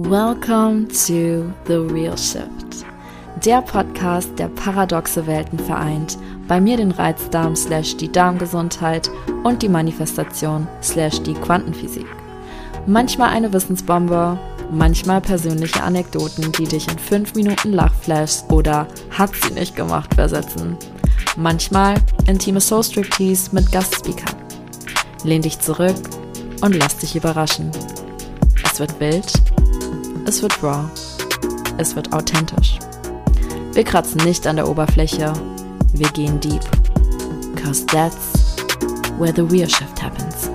Welcome to The Real Shift, der Podcast, der paradoxe Welten vereint, bei mir den Reizdarm / die Darmgesundheit und die Manifestation / die Quantenphysik. Manchmal eine Wissensbombe, manchmal persönliche Anekdoten, die dich in 5 Minuten Lachflash oder hat sie nicht gemacht versetzen. Manchmal intime Soul-Striptease mit Gastspeakern. Lehn dich zurück und lass dich überraschen. Es wird wild, es wird raw, es wird authentisch. Wir kratzen nicht an der Oberfläche, wir gehen deep. 'Cause that's where the real shift happens.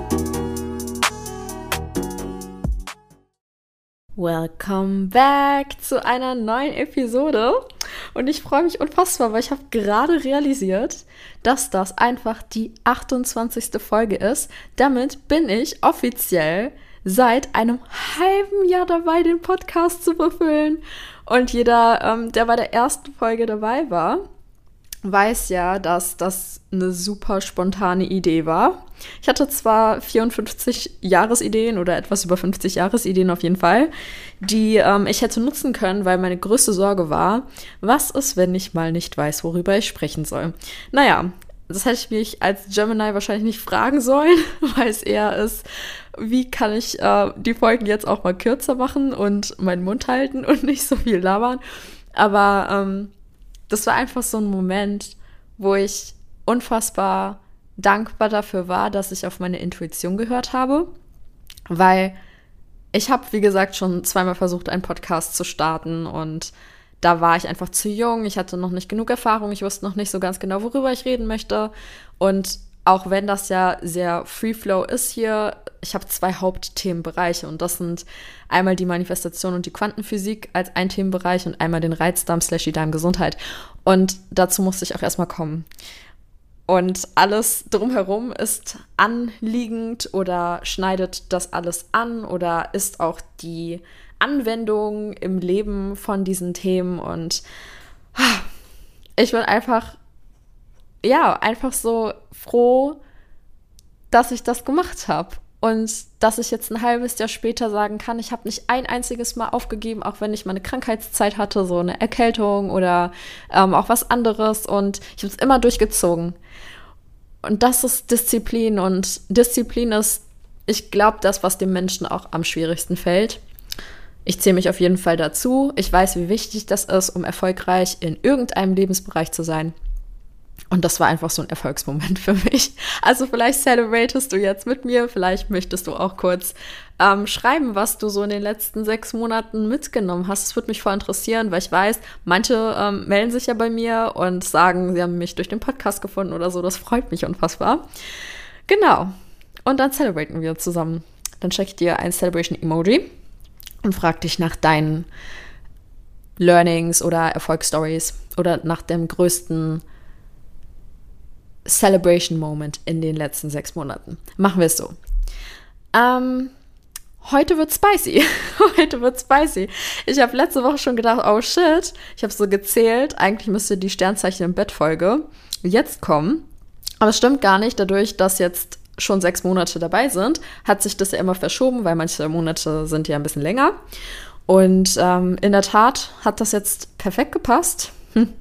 Welcome back zu einer neuen Episode. Und ich freue mich unfassbar, weil ich habe gerade realisiert, dass das einfach die 28. Folge ist. Damit bin ich offiziell seit einem halben Jahr dabei, den Podcast zu befüllen. Und jeder, der bei der ersten Folge dabei war, weiß ja, dass das eine super spontane Idee war. Ich hatte zwar 54 Jahresideen oder etwas über 50 Jahresideen auf jeden Fall, die ich hätte nutzen können, weil meine größte Sorge war, was ist, wenn ich mal nicht weiß, worüber ich sprechen soll. Naja, das hätte ich mich als Gemini wahrscheinlich nicht fragen sollen, weil es eher ist, wie kann ich die Folgen jetzt auch mal kürzer machen und meinen Mund halten und nicht so viel labern. Aber das war einfach so ein Moment, wo ich unfassbar dankbar dafür war, dass ich auf meine Intuition gehört habe, weil ich habe, wie gesagt, schon zweimal versucht, einen Podcast zu starten und da war ich einfach zu jung, ich hatte noch nicht genug Erfahrung, ich wusste noch nicht so ganz genau, worüber ich reden möchte und auch wenn das ja sehr Free Flow ist hier, ich habe 2 Hauptthemenbereiche und das sind einmal die Manifestation und die Quantenphysik als ein Themenbereich und einmal den Reizdarm / die Darmgesundheit. Und dazu musste ich auch erstmal kommen. Und alles drumherum ist anliegend oder schneidet das alles an oder ist auch die Anwendung im Leben von diesen Themen. Und ich bin einfach so froh, dass ich das gemacht habe. Und dass ich jetzt ein halbes Jahr später sagen kann, ich habe nicht ein einziges Mal aufgegeben, auch wenn ich mal eine Krankheitszeit hatte, so eine Erkältung oder auch was anderes. Und ich habe es immer durchgezogen. Und das ist Disziplin. Und Disziplin ist, ich glaube, das, was dem Menschen auch am schwierigsten fällt. Ich zähle mich auf jeden Fall dazu. Ich weiß, wie wichtig das ist, um erfolgreich in irgendeinem Lebensbereich zu sein. Und das war einfach so ein Erfolgsmoment für mich. Also vielleicht celebratest du jetzt mit mir, vielleicht möchtest du auch kurz schreiben, was du so in den letzten 6 Monaten mitgenommen hast. Das würde mich voll interessieren, weil ich weiß, manche melden sich ja bei mir und sagen, sie haben mich durch den Podcast gefunden oder so. Das freut mich unfassbar. Genau. Und dann celebraten wir zusammen. Dann schicke ich dir ein Celebration-Emoji und frage dich nach deinen Learnings oder Erfolgsstories oder nach dem größten Celebration Moment in den letzten 6 Monaten. Machen wir es so. Heute wird spicy. Ich habe letzte Woche schon gedacht, oh shit, ich habe so gezählt, eigentlich müsste die Sternzeichen im Bett-Folge jetzt kommen. Aber es stimmt gar nicht, dadurch, dass jetzt schon 6 Monate dabei sind, hat sich das ja immer verschoben, weil manche Monate sind ja ein bisschen länger. Und in der Tat hat das jetzt perfekt gepasst.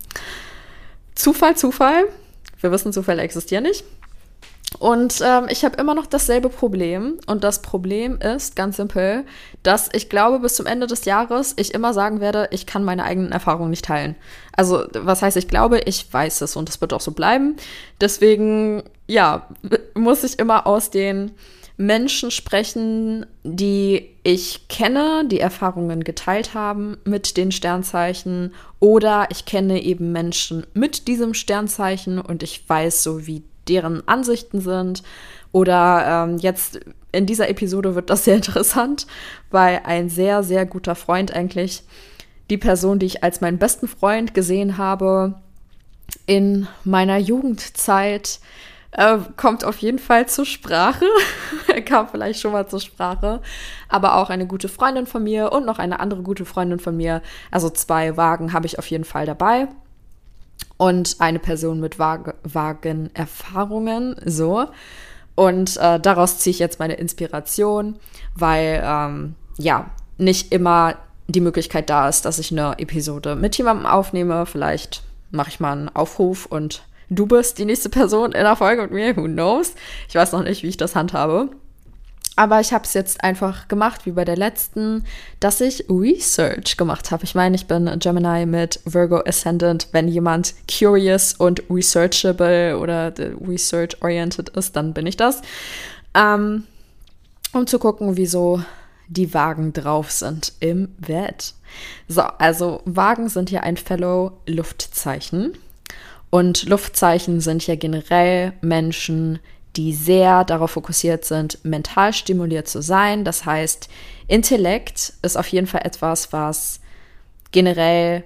Zufall. Wir wissen, Zufälle existieren nicht. Und ich habe immer noch dasselbe Problem. Und das Problem ist ganz simpel, dass ich glaube, bis zum Ende des Jahres ich immer sagen werde, ich kann meine eigenen Erfahrungen nicht teilen. Also, was heißt, ich glaube, ich weiß es und es wird auch so bleiben. Deswegen, ja, muss ich immer aus den Menschen sprechen, die ich kenne, die Erfahrungen geteilt haben mit den Sternzeichen oder ich kenne eben Menschen mit diesem Sternzeichen und ich weiß so, wie deren Ansichten sind oder jetzt in dieser Episode wird das sehr interessant, weil ein sehr, sehr guter Freund eigentlich, die Person, die ich als meinen besten Freund gesehen habe in meiner Jugendzeit, kommt auf jeden Fall zur Sprache. Kam vielleicht schon mal zur Sprache. Aber auch eine gute Freundin von mir und noch eine andere gute Freundin von mir. Also 2 Wagen habe ich auf jeden Fall dabei. Und eine Person mit Wagenerfahrungen. So. Und daraus ziehe ich jetzt meine Inspiration, weil nicht immer die Möglichkeit da ist, dass ich eine Episode mit jemandem aufnehme. Vielleicht mache ich mal einen Aufruf und du bist die nächste Person in der Folge mit mir. Who knows? Ich weiß noch nicht, wie ich das handhabe. Aber ich habe es jetzt einfach gemacht, wie bei der letzten, dass ich Research gemacht habe. Ich meine, ich bin Gemini mit Virgo Ascendant. Wenn jemand curious und researchable oder research-oriented ist, dann bin ich das. Um zu gucken, wieso die Wagen drauf sind im Bett. So, also Wagen sind ja ein Fellow-Luftzeichen. Und Luftzeichen sind ja generell Menschen, die sehr darauf fokussiert sind, mental stimuliert zu sein. Das heißt, Intellekt ist auf jeden Fall etwas, was generell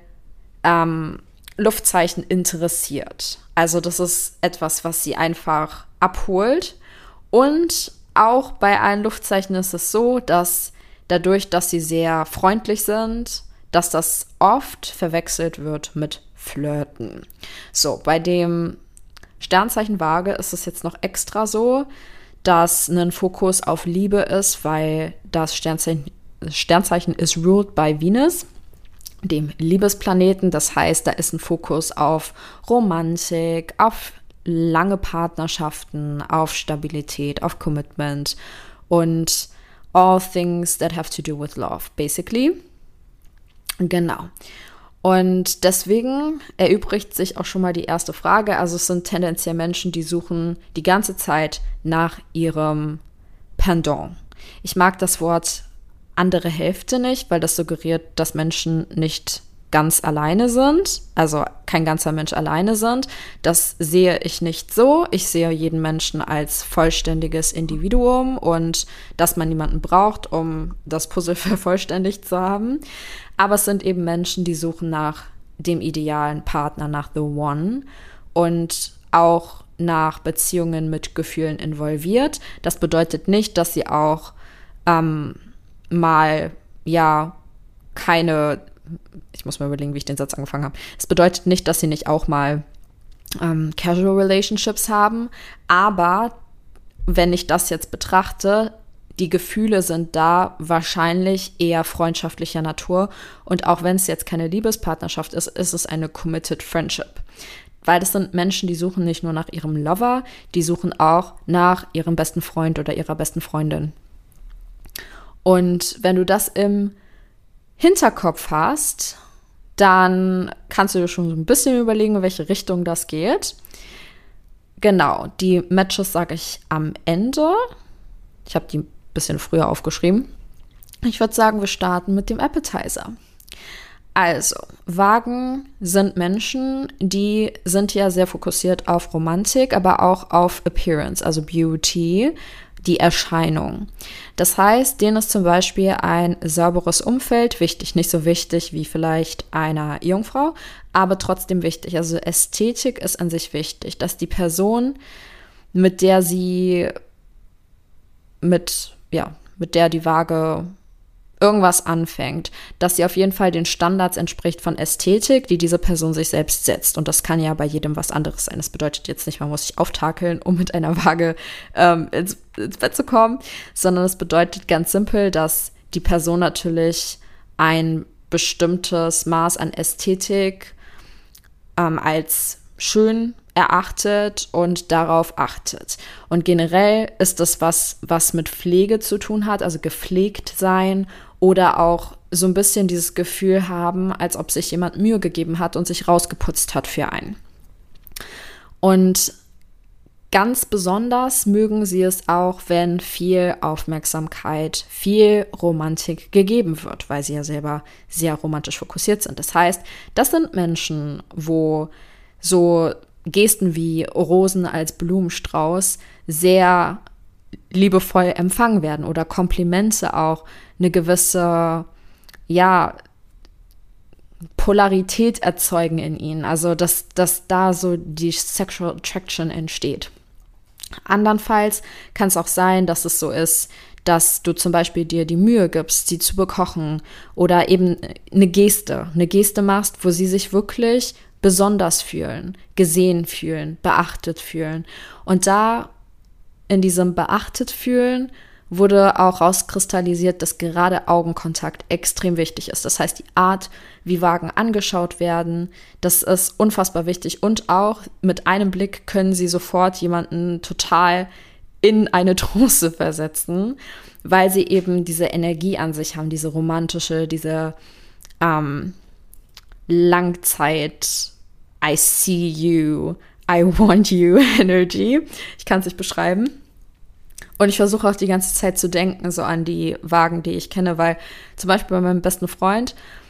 Luftzeichen interessiert. Also das ist etwas, was sie einfach abholt. Und auch bei allen Luftzeichen ist es so, dass dadurch, dass sie sehr freundlich sind, dass das oft verwechselt wird mit Flirten. So, bei dem Sternzeichen Waage ist es jetzt noch extra so, dass ein Fokus auf Liebe ist, weil das Sternzeichen ist ruled by Venus, dem Liebesplaneten. Das heißt, da ist ein Fokus auf Romantik, auf lange Partnerschaften, auf Stabilität, auf Commitment und all things that have to do with love, basically. Genau. Und deswegen erübrigt sich auch schon mal die erste Frage. Also es sind tendenziell Menschen, die suchen die ganze Zeit nach ihrem Pendant. Ich mag das Wort andere Hälfte nicht, weil das suggeriert, dass Menschen nicht ganz alleine sind, also kein ganzer Mensch alleine sind. Das sehe ich nicht so. Ich sehe jeden Menschen als vollständiges Individuum und dass man niemanden braucht, um das Puzzle vervollständigt zu haben. Aber es sind eben Menschen, die suchen nach dem idealen Partner, nach the one und auch nach Beziehungen mit Gefühlen involviert. Das bedeutet nicht, dass sie auch mal, ja, keine, ich muss mal überlegen, wie ich den Satz angefangen habe. Es bedeutet nicht, dass sie nicht auch mal Casual Relationships haben, aber wenn ich das jetzt betrachte, die Gefühle sind da wahrscheinlich eher freundschaftlicher Natur. Und auch wenn es jetzt keine Liebespartnerschaft ist, ist es eine committed friendship. Weil das sind Menschen, die suchen nicht nur nach ihrem Lover, die suchen auch nach ihrem besten Freund oder ihrer besten Freundin. Und wenn du das im Hinterkopf hast, dann kannst du dir schon so ein bisschen überlegen, in welche Richtung das geht. Genau, die Matches sage ich am Ende. Ich habe die bisschen früher aufgeschrieben. Ich würde sagen, wir starten mit dem Appetizer. Also, Wagen sind Menschen, die sind ja sehr fokussiert auf Romantik, aber auch auf Appearance, also Beauty, die Erscheinung. Das heißt, denen ist zum Beispiel ein sauberes Umfeld wichtig, nicht so wichtig wie vielleicht einer Jungfrau, aber trotzdem wichtig. Also Ästhetik ist an sich wichtig, dass die Person, mit der die Waage irgendwas anfängt, dass sie auf jeden Fall den Standards entspricht von Ästhetik, die diese Person sich selbst setzt. Und das kann ja bei jedem was anderes sein. Das bedeutet jetzt nicht, man muss sich auftakeln, um mit einer Waage ins Bett zu kommen, sondern es bedeutet ganz simpel, dass die Person natürlich ein bestimmtes Maß an Ästhetik als schön erachtet und darauf achtet. Und generell ist das was mit Pflege zu tun hat, also gepflegt sein oder auch so ein bisschen dieses Gefühl haben, als ob sich jemand Mühe gegeben hat und sich rausgeputzt hat für einen. Und ganz besonders mögen sie es auch, wenn viel Aufmerksamkeit, viel Romantik gegeben wird, weil sie ja selber sehr romantisch fokussiert sind. Das heißt, das sind Menschen, wo so Gesten wie Rosen als Blumenstrauß sehr liebevoll empfangen werden oder Komplimente auch eine gewisse, Polarität erzeugen in ihnen. Also, dass da so die Sexual Attraction entsteht. Andernfalls kann es auch sein, dass es so ist, dass du zum Beispiel dir die Mühe gibst, sie zu bekochen oder eben eine Geste machst, wo sie sich wirklich besonders fühlen, gesehen fühlen, beachtet fühlen. Und da in diesem beachtet fühlen wurde auch rauskristallisiert, dass gerade Augenkontakt extrem wichtig ist. Das heißt, die Art, wie Wagen angeschaut werden, das ist unfassbar wichtig. Und auch mit einem Blick können sie sofort jemanden total in eine Trance versetzen, weil sie eben diese Energie an sich haben, diese romantische, diese Langzeit I see you, I want you Energy. Ich kann es nicht beschreiben. Und ich versuche auch die ganze Zeit zu denken, so an die Wagen, die ich kenne, weil zum Beispiel bei meinem besten Freund,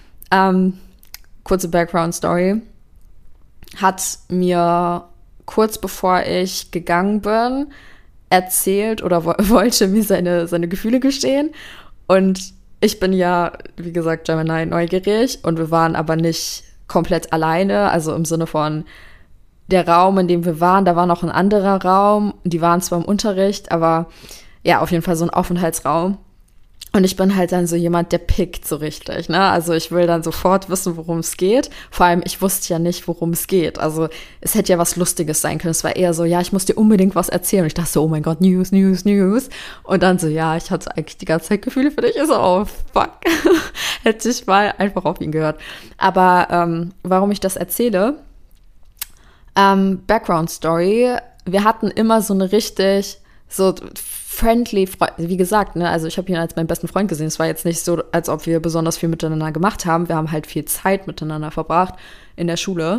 kurze Background-Story, hat mir kurz bevor ich gegangen bin, erzählt oder wollte mir seine Gefühle gestehen. Und ich bin ja, wie gesagt, Gemini neugierig und wir waren aber nicht komplett alleine, also im Sinne von der Raum, in dem wir waren, da war noch ein anderer Raum, die waren zwar im Unterricht, aber ja, auf jeden Fall so ein Aufenthaltsraum. Und ich bin halt dann so jemand, der pickt so richtig, ne? Also ich will dann sofort wissen, worum es geht. Vor allem, ich wusste ja nicht, worum es geht. Also es hätte ja was Lustiges sein können. Es war eher so, ja, ich muss dir unbedingt was erzählen. Und ich dachte so, oh mein Gott, News, News, News. Und dann so, ja, ich hatte eigentlich die ganze Zeit Gefühle für dich. Ich so, oh, fuck. Hätte ich mal einfach auf ihn gehört. Aber warum ich das erzähle? Background Story. Wir hatten immer so eine richtig so friendly, wie gesagt, ne, also ich habe ihn als meinen besten Freund gesehen. Es war jetzt nicht so, als ob wir besonders viel miteinander gemacht haben. Wir haben halt viel Zeit miteinander verbracht in der Schule.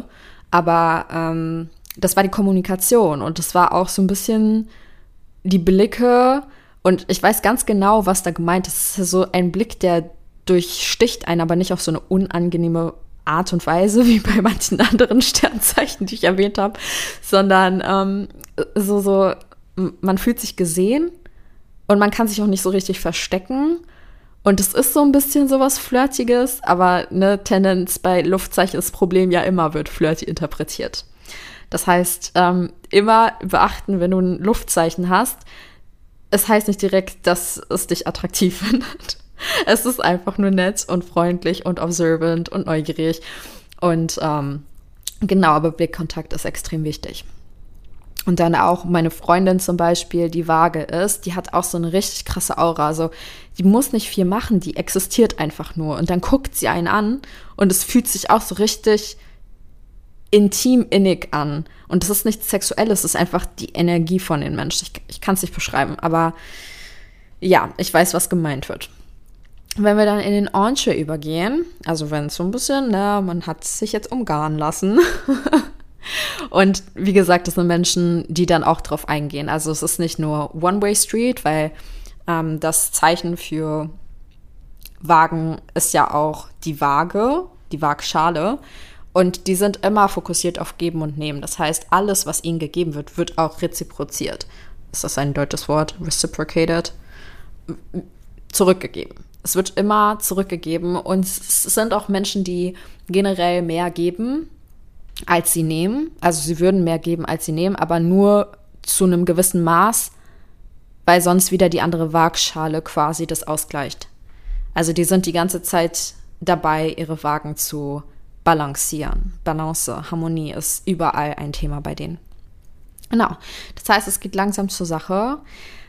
Aber das war die Kommunikation und das war auch so ein bisschen die Blicke. Und ich weiß ganz genau, was da gemeint ist. Es ist so ein Blick, der durchsticht einen, aber nicht auf so eine unangenehme Art und Weise, wie bei manchen anderen Sternzeichen, die ich erwähnt habe, sondern so, man fühlt sich gesehen und man kann sich auch nicht so richtig verstecken. Und es ist so ein bisschen sowas Flirtiges, aber eine Tendenz bei Luftzeichen ist das Problem ja immer, wird flirty interpretiert. Das heißt, immer beachten, wenn du ein Luftzeichen hast, es heißt nicht direkt, dass es dich attraktiv findet. Es ist einfach nur nett und freundlich und observant und neugierig. Und genau, aber Blickkontakt ist extrem wichtig. Und dann auch meine Freundin zum Beispiel, die Waage ist, die hat auch so eine richtig krasse Aura. Also die muss nicht viel machen, die existiert einfach nur. Und dann guckt sie einen an und es fühlt sich auch so richtig intim innig an. Und das ist nichts Sexuelles, es ist einfach die Energie von den Menschen. Ich kann es nicht beschreiben, aber ja, ich weiß, was gemeint wird. Wenn wir dann in den Anche übergehen, also wenn es so ein bisschen, man hat sich jetzt umgarnen lassen. Und wie gesagt, das sind Menschen, die dann auch drauf eingehen. Also es ist nicht nur One-Way-Street, weil das Zeichen für Wagen ist ja auch die Waage, die Waagschale. Und die sind immer fokussiert auf Geben und Nehmen. Das heißt, alles, was ihnen gegeben wird, wird auch reziproziert. Ist das ein deutsches Wort? Reciprocated? Zurückgegeben. Es wird immer zurückgegeben. Und es sind auch Menschen, die generell mehr geben, als sie nehmen. Also sie würden mehr geben, als sie nehmen, aber nur zu einem gewissen Maß, weil sonst wieder die andere Waagschale quasi das ausgleicht. Also die sind die ganze Zeit dabei, ihre Wagen zu balancieren. Balance, Harmonie ist überall ein Thema bei denen. Genau. Das heißt, es geht langsam zur Sache.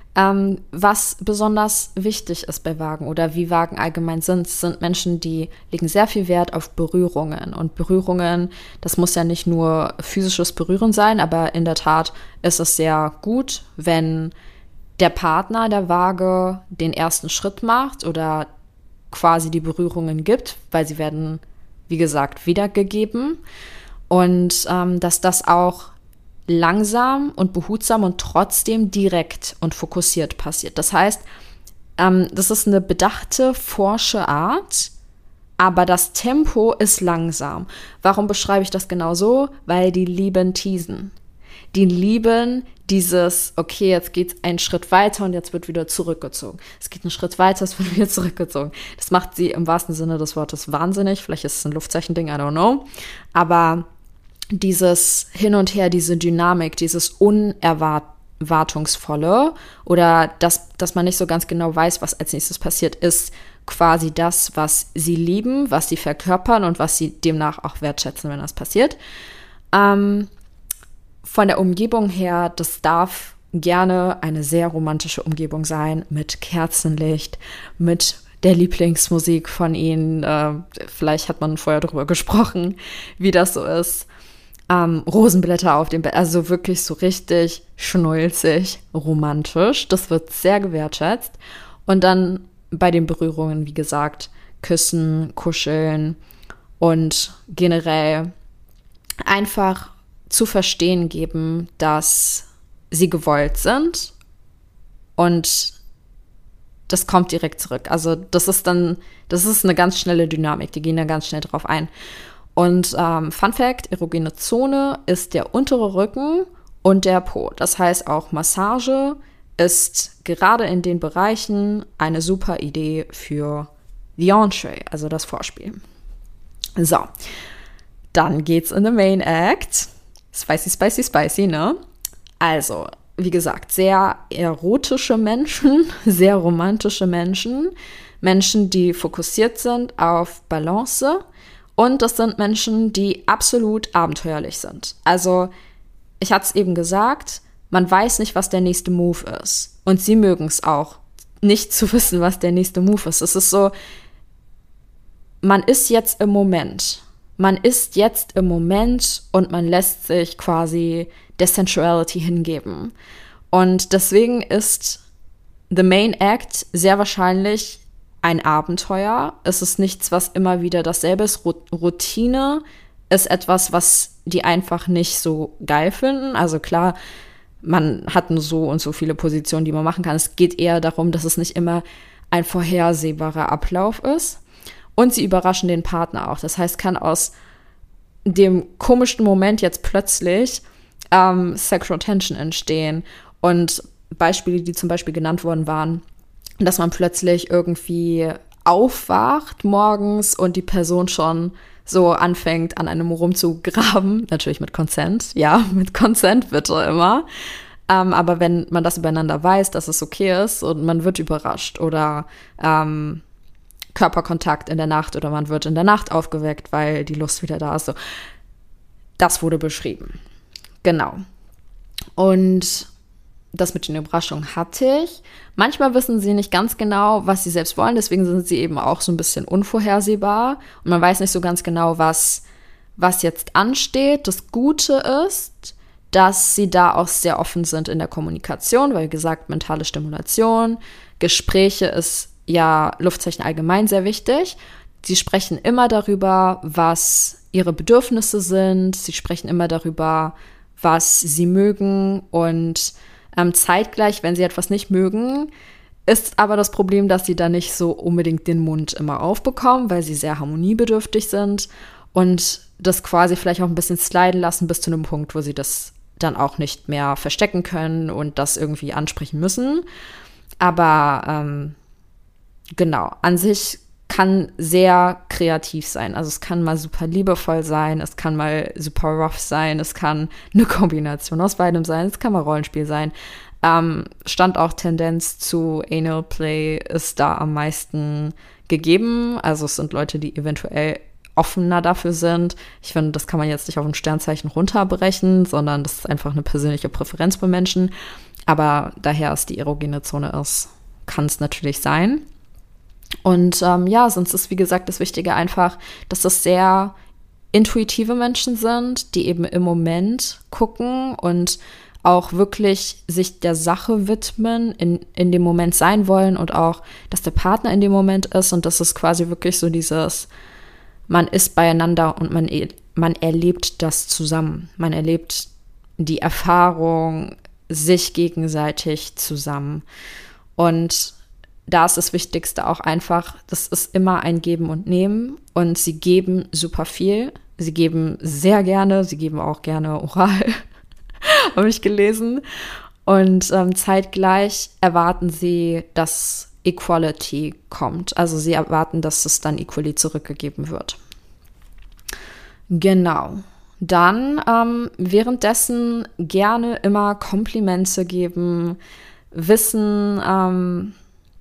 Was besonders wichtig ist bei Wagen oder wie Wagen allgemein sind Menschen, die legen sehr viel Wert auf Berührungen. Und Berührungen, das muss ja nicht nur physisches Berühren sein, aber in der Tat ist es sehr gut, wenn der Partner der Waage den ersten Schritt macht oder quasi die Berührungen gibt, weil sie werden, wie gesagt, wiedergegeben. Und dass das auch langsam und behutsam und trotzdem direkt und fokussiert passiert. Das heißt, das ist eine bedachte, forsche Art, aber das Tempo ist langsam. Warum beschreibe ich das genau so? Weil die lieben Teasen. Die lieben dieses, okay, jetzt geht es einen Schritt weiter und jetzt wird wieder zurückgezogen. Es geht einen Schritt weiter, es wird wieder zurückgezogen. Das macht sie im wahrsten Sinne des Wortes wahnsinnig. Vielleicht ist es ein Luftzeichending, I don't know. Aber dieses Hin und Her, diese Dynamik, dieses Unerwartungsvolle oder dass man nicht so ganz genau weiß, was als nächstes passiert, ist quasi das, was sie lieben, was sie verkörpern und was sie demnach auch wertschätzen, wenn das passiert. Von der Umgebung her, das darf gerne eine sehr romantische Umgebung sein, mit Kerzenlicht, mit der Lieblingsmusik von ihnen. Vielleicht hat man vorher darüber gesprochen, wie das so ist. Rosenblätter auf dem Bett, also wirklich so richtig schnulzig, romantisch. Das wird sehr gewertschätzt. Und dann bei den Berührungen, wie gesagt, küssen, kuscheln und generell einfach zu verstehen geben, dass sie gewollt sind und das kommt direkt zurück. Also das ist eine ganz schnelle Dynamik, die gehen da ganz schnell drauf ein. Und Fun Fact, erogene Zone ist der untere Rücken und der Po. Das heißt, auch Massage ist gerade in den Bereichen eine super Idee für the Entree, also das Vorspiel. So, dann geht's in the Main Act. Spicy, spicy, spicy, ne? Also, wie gesagt, sehr erotische Menschen, sehr romantische Menschen, Menschen, die fokussiert sind auf Balance. Und das sind Menschen, die absolut abenteuerlich sind. Also, ich hatte es eben gesagt, man weiß nicht, was der nächste Move ist. Und sie mögen es auch, nicht zu wissen, was der nächste Move ist. Es ist so, man ist jetzt im Moment. Man ist jetzt im Moment und man lässt sich quasi der Sensuality hingeben. Und deswegen ist The Main Act sehr wahrscheinlich ein Abenteuer. Es ist nichts, was immer wieder dasselbe ist. Routine ist etwas, was die einfach nicht so geil finden. Also klar, man hat nur so und so viele Positionen, die man machen kann. Es geht eher darum, dass es nicht immer ein vorhersehbarer Ablauf ist. Und sie überraschen den Partner auch. Das heißt, kann aus dem komischen Moment jetzt plötzlich Sexual Tension entstehen. Und Beispiele, die zum Beispiel genannt worden waren, dass man plötzlich irgendwie aufwacht morgens und die Person schon so anfängt, an einem rumzugraben. Natürlich mit Consent. Ja, mit Consent bitte immer. Aber wenn man das übereinander weiß, dass es okay ist und man wird überrascht oder Körperkontakt in der Nacht oder man wird in der Nacht aufgeweckt, weil die Lust wieder da ist. So. Das wurde beschrieben. Genau. Und das mit den Überraschungen hatte ich. Manchmal wissen sie nicht ganz genau, was sie selbst wollen, deswegen sind sie eben auch so ein bisschen unvorhersehbar und man weiß nicht so ganz genau, was jetzt ansteht. Das Gute ist, dass sie da auch sehr offen sind in der Kommunikation, weil, wie gesagt, mentale Stimulation, Gespräche ist ja Luftzeichen allgemein sehr wichtig. Sie sprechen immer darüber, was ihre Bedürfnisse sind. Sie sprechen immer darüber, was sie mögen. Und zeitgleich, wenn sie etwas nicht mögen, ist aber das Problem, dass sie da nicht so unbedingt den Mund immer aufbekommen, weil sie sehr harmoniebedürftig sind und das quasi vielleicht auch ein bisschen sliden lassen bis zu einem Punkt, wo sie das dann auch nicht mehr verstecken können und das irgendwie ansprechen müssen. Aber genau, an sich kann sehr kreativ sein. Also es kann mal super liebevoll sein, es kann mal super rough sein, es kann eine Kombination aus beidem sein, es kann mal Rollenspiel sein. Stand auch Tendenz zu Anal Play ist da am meisten gegeben. Also es sind Leute, die eventuell offener dafür sind. Ich finde, das kann man jetzt nicht auf ein Sternzeichen runterbrechen, sondern das ist einfach eine persönliche Präferenz bei Menschen. Aber daher es die erogene Zone ist, kann es natürlich sein. Und sonst ist, wie gesagt, das Wichtige einfach, dass das sehr intuitive Menschen sind, die eben im Moment gucken und auch wirklich sich der Sache widmen, in dem Moment sein wollen und auch, dass der Partner in dem Moment ist und das ist quasi wirklich so dieses, man ist beieinander und man erlebt das zusammen. Man erlebt die Erfahrung sich gegenseitig zusammen. Und da ist das Wichtigste auch einfach, das ist immer ein Geben und Nehmen und sie geben super viel. Sie geben sehr gerne, sie geben auch gerne oral, habe ich gelesen. Und zeitgleich erwarten sie, dass Equality kommt. Also sie erwarten, dass es dann equally zurückgegeben wird. Genau. Dann währenddessen gerne immer Komplimente geben, wissen,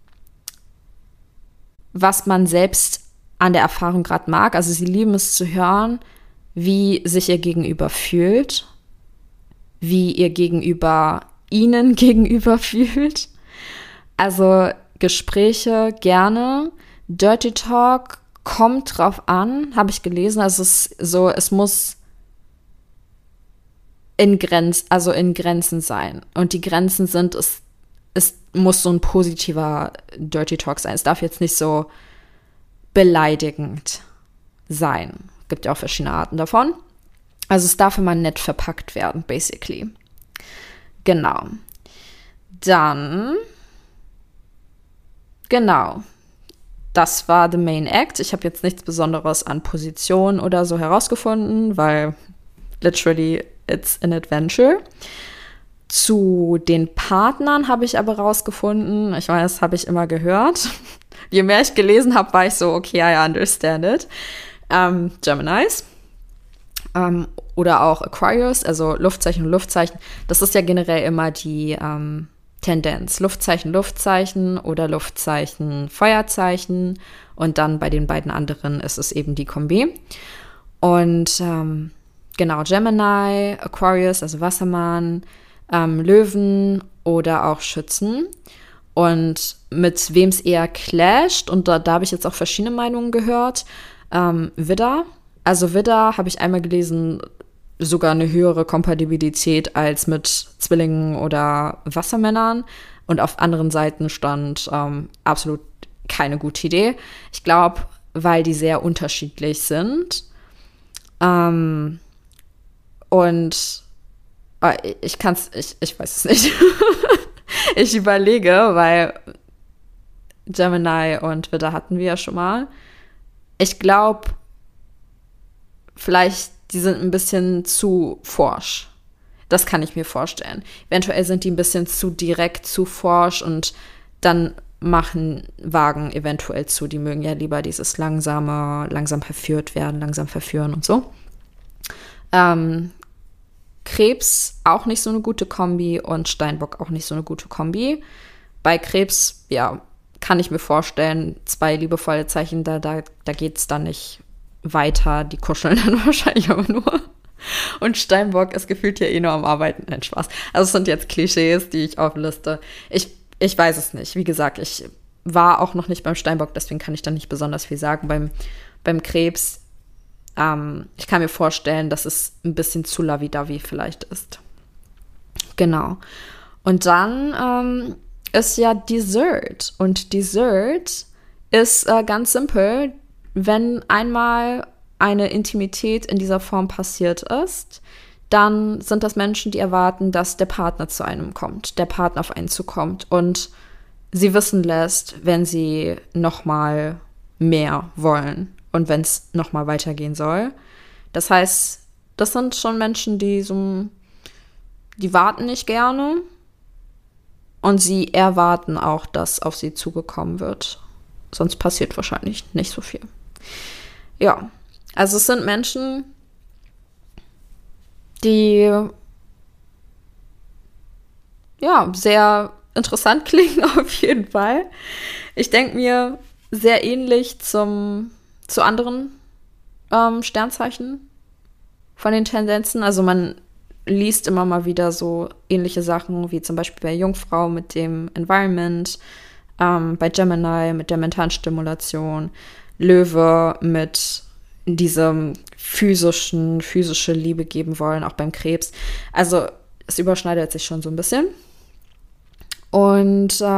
was man selbst an der Erfahrung gerade mag. Also sie lieben es zu hören, wie sich ihr Gegenüber fühlt, wie ihr Gegenüber ihnen gegenüber fühlt. Also Gespräche gerne. Dirty Talk kommt drauf an, habe ich gelesen. Also es muss in Grenzen sein. Und die Grenzen sind, es muss so ein positiver Dirty Talk sein. Es darf jetzt nicht so beleidigend sein. Gibt ja auch verschiedene Arten davon. Also es darf immer nett verpackt werden, basically. Genau. Dann, genau. Das war the main act. Ich habe jetzt nichts Besonderes an Position oder so herausgefunden, weil literally it's an adventure. Zu den Partnern habe ich aber rausgefunden, ich meine, das habe ich immer gehört. Je mehr ich gelesen habe, war ich so, okay, I understand it. Geminis. Oder auch Aquarius, also Luftzeichen und Luftzeichen. Das ist ja generell immer die Tendenz. Luftzeichen, Luftzeichen oder Luftzeichen, Feuerzeichen. Und dann bei den beiden anderen ist es eben die Kombi. Und genau, Gemini, Aquarius, also Wassermann, Löwen oder auch Schützen. Und mit wem es eher clasht, und da habe ich jetzt auch verschiedene Meinungen gehört, Widder. Also Widder, habe ich einmal gelesen, sogar eine höhere Kompatibilität als mit Zwillingen oder Wassermännern. Und auf anderen Seiten stand absolut keine gute Idee. Ich glaube, weil die sehr unterschiedlich sind. Und ich weiß es nicht. Ich überlege, weil Gemini und Widder hatten wir ja schon mal. Ich glaube, vielleicht die sind ein bisschen zu forsch. Das kann ich mir vorstellen. Eventuell sind die ein bisschen zu direkt, zu forsch und dann wagen eventuell zu. Die mögen ja lieber dieses langsam verführt werden, langsam verführen und so. Krebs auch nicht so eine gute Kombi und Steinbock auch nicht so eine gute Kombi. Bei Krebs, ja, kann ich mir vorstellen, 2 liebevolle Zeichen, da geht es dann nicht weiter. Die kuscheln dann wahrscheinlich aber nur. Und Steinbock ist gefühlt ja eh nur am Arbeiten. Nein, Spaß. Also es sind jetzt Klischees, die ich aufliste. Ich weiß es nicht. Wie gesagt, ich war auch noch nicht beim Steinbock, deswegen kann ich da nicht besonders viel sagen. Beim Krebs, ich kann mir vorstellen, dass es ein bisschen zu lovey-dovey vielleicht ist. Genau. Und dann ist ja Dessert. Und Dessert ist ganz simpel. Wenn einmal eine Intimität in dieser Form passiert ist, dann sind das Menschen, die erwarten, dass der Partner zu einem kommt, der Partner auf einen zukommt und sie wissen lässt, wenn sie noch mal mehr wollen und wenn es noch mal weitergehen soll. Das heißt, das sind schon Menschen, die warten nicht gerne und sie erwarten auch, dass auf sie zugekommen wird. Sonst passiert wahrscheinlich nicht so viel. Ja, also es sind Menschen, die ja sehr interessant klingen auf jeden Fall. Ich denke mir sehr ähnlich zu anderen Sternzeichen von den Tendenzen. Also man liest immer mal wieder so ähnliche Sachen, wie zum Beispiel bei Jungfrau mit dem Environment, bei Gemini mit der mentalen Stimulation, Löwe mit diesem physische Liebe geben wollen, auch beim Krebs. Also es überschneidet sich schon so ein bisschen. Und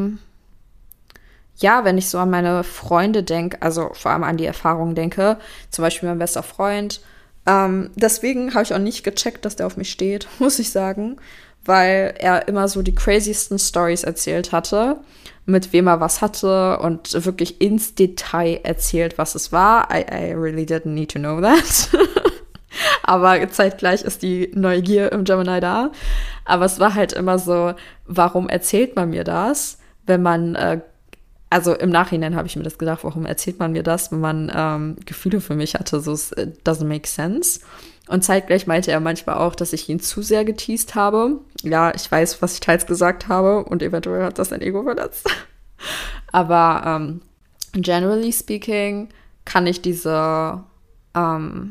ja, wenn ich so an meine Freunde denke, also vor allem an die Erfahrungen denke, zum Beispiel mein bester Freund, deswegen habe ich auch nicht gecheckt, dass der auf mich steht, muss ich sagen, weil er immer so die craziesten Stories erzählt hatte, mit wem er was hatte und wirklich ins Detail erzählt, was es war. I really didn't need to know that. Aber zeitgleich ist die Neugier im Gemini da. Aber es war halt immer so, warum erzählt man mir das, wenn man, also im Nachhinein habe ich mir das gedacht, warum erzählt man mir das, wenn man Gefühle für mich hatte, so es doesn't make sense. Und zeitgleich meinte er manchmal auch, dass ich ihn zu sehr geteased habe. Ja, ich weiß, was ich teils gesagt habe und eventuell hat das sein Ego verletzt. Aber generally speaking kann ich diese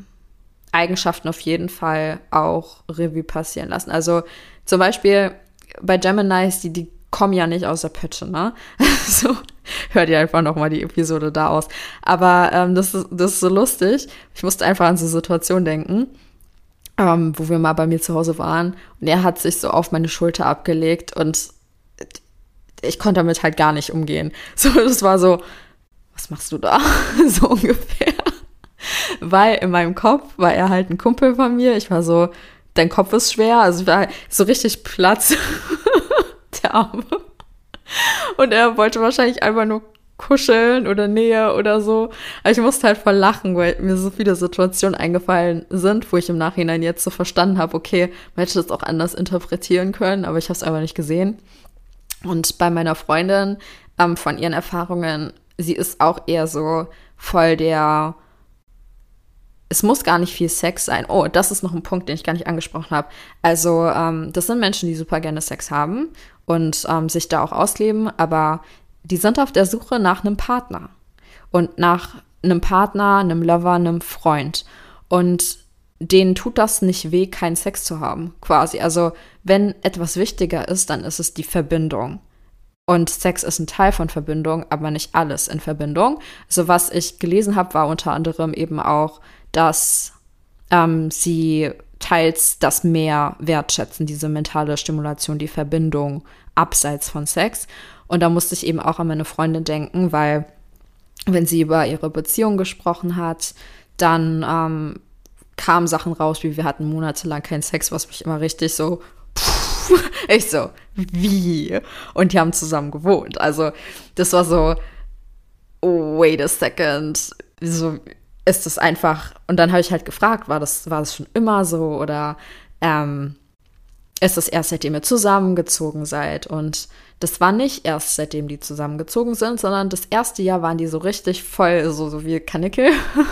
Eigenschaften auf jeden Fall auch Revue passieren lassen. Also zum Beispiel bei Geminis, die kommen ja nicht aus der Pötte, ne? So, hört ihr einfach nochmal die Episode da aus. Aber das ist so lustig. Ich musste einfach an so eine Situation denken, wo wir mal bei mir zu Hause waren. Und er hat sich so auf meine Schulter abgelegt und ich konnte damit halt gar nicht umgehen. So, das war so, was machst du da? So ungefähr. Weil in meinem Kopf war er halt ein Kumpel von mir. Ich war so, dein Kopf ist schwer. Also ich war so richtig Platz. Der Arme. Und er wollte wahrscheinlich einfach nur kuscheln oder Nähe oder so. Aber ich musste halt voll lachen, weil mir so viele Situationen eingefallen sind, wo ich im Nachhinein jetzt so verstanden habe, okay, man hätte das auch anders interpretieren können, aber ich habe es einfach nicht gesehen. Und bei meiner Freundin, von ihren Erfahrungen, sie ist auch eher so voll der, es muss gar nicht viel Sex sein. Oh, das ist noch ein Punkt, den ich gar nicht angesprochen habe. Also, das sind Menschen, die super gerne Sex haben und sich da auch ausleben, aber die sind auf der Suche nach einem Partner und nach einem Partner, einem Lover, einem Freund. Und denen tut das nicht weh, keinen Sex zu haben, quasi. Also, wenn etwas wichtiger ist, dann ist es die Verbindung. Und Sex ist ein Teil von Verbindung, aber nicht alles in Verbindung. Also, was ich gelesen habe, war unter anderem eben auch, dass sie teils das mehr wertschätzen, diese mentale Stimulation, die Verbindung abseits von Sex. Und da musste ich eben auch an meine Freundin denken, weil wenn sie über ihre Beziehung gesprochen hat, dann kamen Sachen raus, wie wir hatten monatelang keinen Sex, was mich immer richtig so, ich so, wie? Und die haben zusammen gewohnt. Also das war so, oh, wait a second, so ist das einfach, und dann habe ich halt gefragt, war das schon immer so oder ist das erst seitdem ihr zusammengezogen seid? Und das war nicht erst seitdem die zusammengezogen sind, sondern das erste Jahr waren die so richtig voll, so wie Kanickel.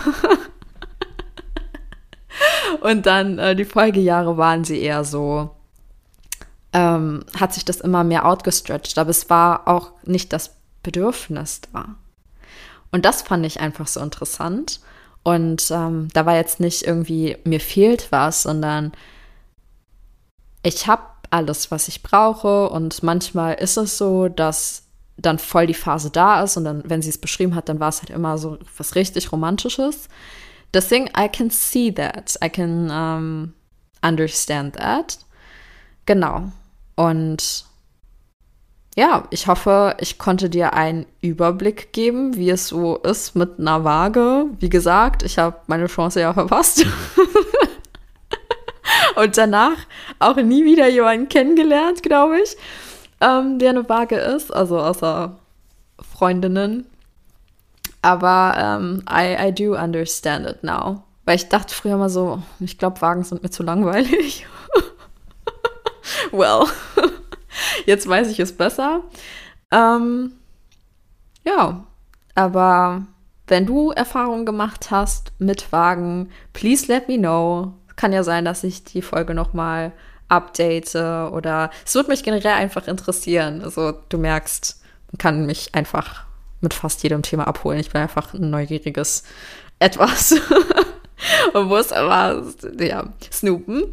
Und dann die Folgejahre waren sie eher so, hat sich das immer mehr outgestretched, aber es war auch nicht das Bedürfnis da. Und das fand ich einfach so interessant. Und da war jetzt nicht irgendwie, mir fehlt was, sondern ich habe alles, was ich brauche. Und manchmal ist es so, dass dann voll die Phase da ist. Und dann, wenn sie es beschrieben hat, dann war es halt immer so was richtig Romantisches. Deswegen, I can see that. I can understand that. Genau. Und ja, ich hoffe, ich konnte dir einen Überblick geben, wie es so ist mit einer Waage. Wie gesagt, ich habe meine Chance ja verpasst. Und danach auch nie wieder jemanden kennengelernt, glaube ich, der eine Waage ist. Also außer Freundinnen. Aber I do understand it now. Weil ich dachte früher mal so, ich glaube, Wagen sind mir zu langweilig. Well, jetzt weiß ich es besser. Ja, aber wenn du Erfahrungen gemacht hast mit Wagen, please let me know. Kann ja sein, dass ich die Folge nochmal update oder es würde mich generell einfach interessieren. Also du merkst, man kann mich einfach mit fast jedem Thema abholen. Ich bin einfach ein neugieriges Etwas und muss aber, ja, snoopen.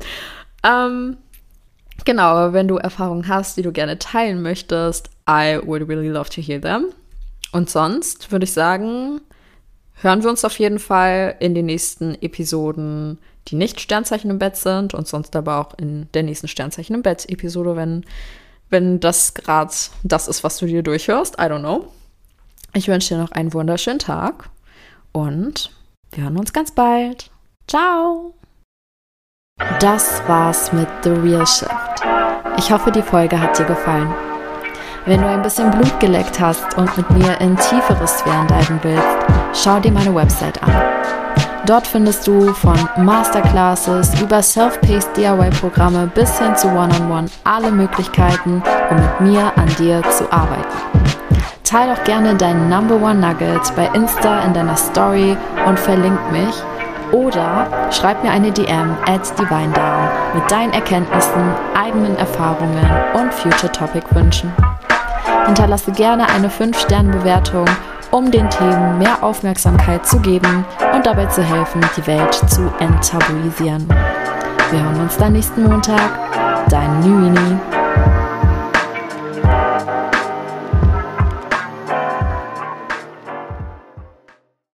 Genau, wenn du Erfahrungen hast, die du gerne teilen möchtest, I would really love to hear them. Und sonst würde ich sagen, hören wir uns auf jeden Fall in den nächsten Episoden, die nicht Sternzeichen im Bett sind und sonst aber auch in der nächsten Sternzeichen im Bett-Episode, wenn das gerade das ist, was du dir durchhörst. I don't know. Ich wünsche dir noch einen wunderschönen Tag und wir hören uns ganz bald. Ciao! Das war's mit The Real Shift. Ich hoffe, die Folge hat dir gefallen. Wenn du ein bisschen Blut geleckt hast und mit mir in tiefere Sphären diven willst, schau dir meine Website an. Dort findest du von Masterclasses über Self-Paced DIY-Programme bis hin zu One-on-One alle Möglichkeiten, um mit mir an dir zu arbeiten. Teil doch gerne deinen Number One Nugget bei Insta in deiner Story und verlink mich oder schreib mir eine DM @DivineDarm mit deinen Erkenntnissen, eigenen Erfahrungen und Future Topic Wünschen. Hinterlasse gerne eine 5-Sterne-Bewertung, um den Themen mehr Aufmerksamkeit zu geben und dabei zu helfen, die Welt zu enttabuisieren. Wir hören uns dann nächsten Montag. Dein Nuini.